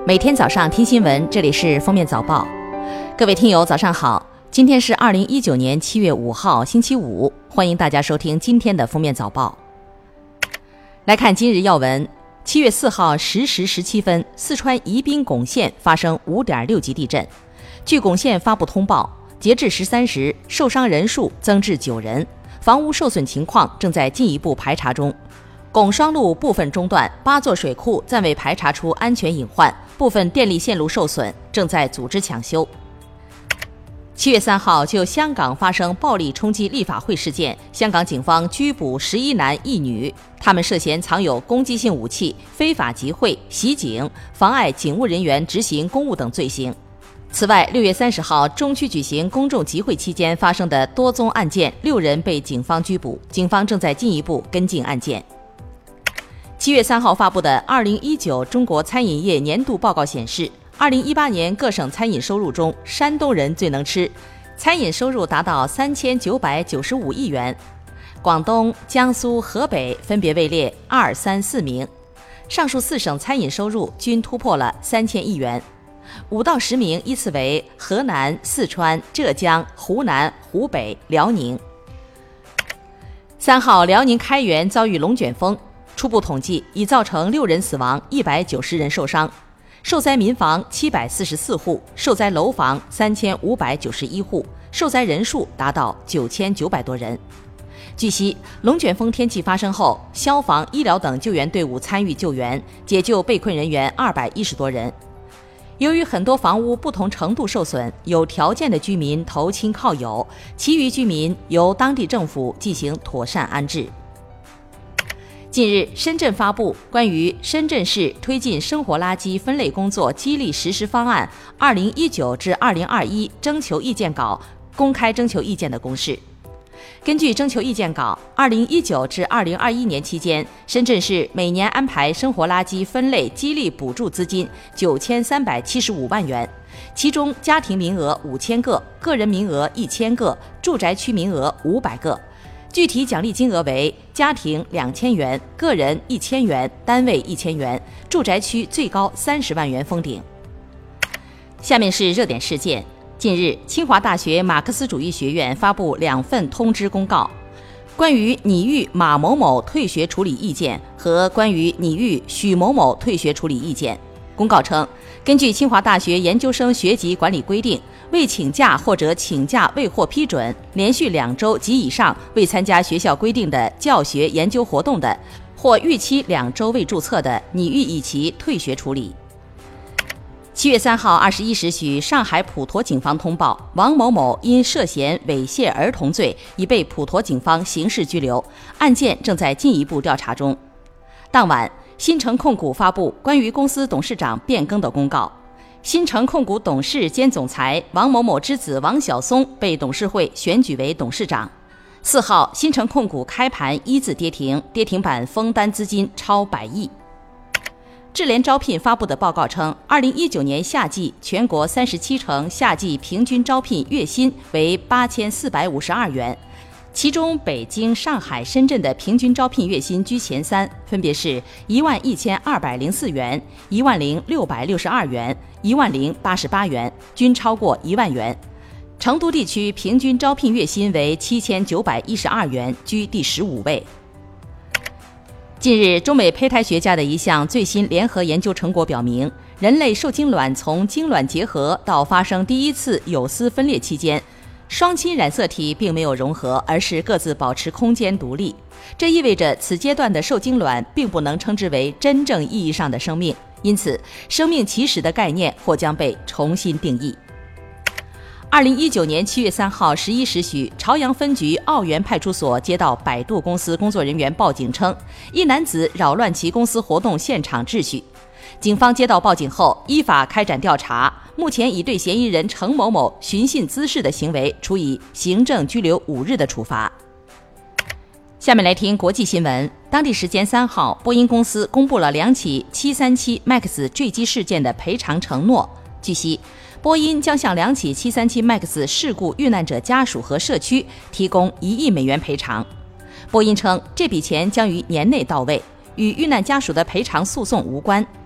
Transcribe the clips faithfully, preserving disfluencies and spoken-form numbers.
每天早上听新闻，这里是封面早报。各位听友早上好，今天是二零一九年七月五号星期五，欢迎大家收听今天的封面早报。来看今日要闻。七月四号十时十七分，四川宜宾珙县发生 五点六 级地震。据珙县发布通报，截至十三时，受伤人数增至九人，房屋受损情况正在进一步排查中。珙双路部分中断，八座水库暂未排查出安全隐患，部分电力线路受损，正在组织抢修。七月三号，就香港发生暴力冲击立法会事件，香港警方拘捕十一男一女，他们涉嫌藏有攻击性武器、非法集会、袭警、妨碍警务人员执行公务等罪行。此外，六月三十号中区举行公众集会期间发生的多宗案件，六人被警方拘捕，警方正在进一步跟进案件。七月三号发布的二零一九中国餐饮业年度报告显示，二零一八年各省餐饮收入中，山东人最能吃，餐饮收入达到三千九百九十五亿元，广东、江苏、河北分别位列二、三、四名。上述四省餐饮收入均突破了三千亿元，五到十名依次为河南、四川、浙江、湖南、湖北、辽宁。三号，辽宁开原遭遇龙卷风。初步统计，已造成六人死亡，一百九十人受伤，受灾民房七百四十四户，受灾楼房三千五百九十一户，受灾人数达到九千九百多人。据悉，龙卷风天气发生后，消防、医疗等救援队伍参与救援，解救被困人员二百一十多人。由于很多房屋不同程度受损，有条件的居民投亲靠友，其余居民由当地政府进行妥善安置。近日，深圳发布关于深圳市推进生活垃圾分类工作激励实施方案二零一九至二零二一征求意见稿公开征求意见的公示。根据征求意见稿，二零一九至二零二一年期间，深圳市每年安排生活垃圾分类激励补助资金九千三百七十五万元，其中家庭名额五千个，个人名额一千个，住宅区名额五百个。具体奖励金额为家庭两千元，个人一千元，单位一千元，住宅区最高三十万元封顶。下面是热点事件。近日，清华大学马克思主义学院发布两份通知公告，关于拟预马某某退学处理意见和关于拟预许某某退学处理意见。公告称，根据清华大学研究生学籍管理规定，未请假或者请假未获批准，连续两周及以上未参加学校规定的教学研究活动的，或逾期两周未注册的，拟予以其退学处理。七月三号二十一时许，上海普陀警方通报，王某某因涉嫌猥亵儿童罪，已被普陀警方刑事拘留，案件正在进一步调查中。当晚，新城控股发布关于公司董事长变更的公告。新城控股董事兼总裁王某某之子王晓松被董事会选举为董事长。四号，新城控股开盘一字跌停，跌停板封单资金超百亿。智联招聘发布的报告称，二零一九年夏季全国三十七城夏季平均招聘月薪为八千四百五十二元。其中，北京、上海、深圳的平均招聘月薪居前三，分别是一万一千二百零四元、一万零六百六十二元、一万零八十八元，均超过一万元。成都地区平均招聘月薪为七千九百一十二元，居第十五位。近日，中美胚胎学家的一项最新联合研究成果表明，人类受精卵从精卵结合到发生第一次有丝分裂期间，双亲染色体并没有融合，而是各自保持空间独立。这意味着此阶段的受精卵并不能称之为真正意义上的生命，因此生命起始的概念或将被重新定义。二零一九年七月三号十一时许，朝阳分局奥园派出所接到百度公司工作人员报警称，一男子扰乱其公司活动现场秩序。警方接到报警后，依法开展调查，目前已对嫌疑人程某某寻衅滋事的行为处以行政拘留五日的处罚。下面来听国际新闻。当地时间三号，波音公司公布了两起七三七 MAX 坠机事件的赔偿承诺。据悉，波音将向两起七三七 MAX 事故遇难者家属和社区提供一亿美元赔偿。波音称，这笔钱将于年内到位，与遇难家属的赔偿诉讼无关。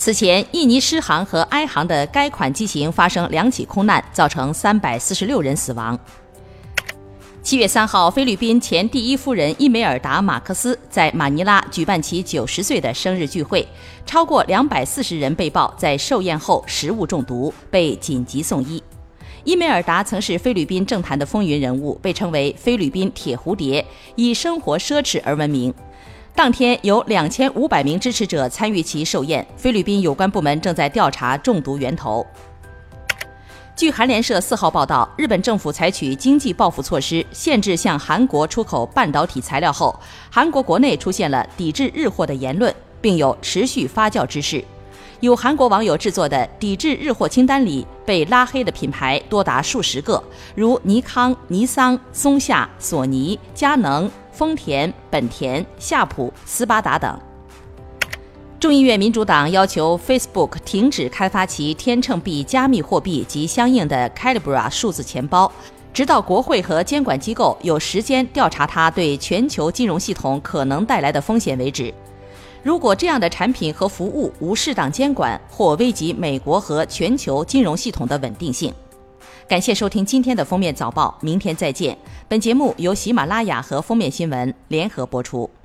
此前，印尼狮航和埃航的该款机型发生两起空难，造成三百四十六人死亡。七月三号，菲律宾前第一夫人伊梅尔达·马克斯在马尼拉举办其九十岁的生日聚会，超过两百四十人被曝在寿宴后食物中毒，被紧急送医。伊梅尔达曾是菲律宾政坛的风云人物，被称为菲律宾铁蝴蝶，以生活奢侈而闻名。当天有两千五百名支持者参与其寿宴，菲律宾有关部门正在调查中毒源头。据韩联社四号报道，日本政府采取经济报复措施，限制向韩国出口半导体材料后，韩国国内出现了抵制日货的言论，并有持续发酵之势。有韩国网友制作的抵制日货清单里，被拉黑的品牌多达数十个，如尼康、尼桑、松下、索尼、佳能、丰田、本田、夏普、斯巴达等。众议院民主党要求 Facebook 停止开发其天秤币加密货币及相应的 Calibra 数字钱包，直到国会和监管机构有时间调查它对全球金融系统可能带来的风险为止。如果这样的产品和服务无适当监管，或危及美国和全球金融系统的稳定性。感谢收听今天的封面早报，明天再见。本节目由喜马拉雅和封面新闻联合播出。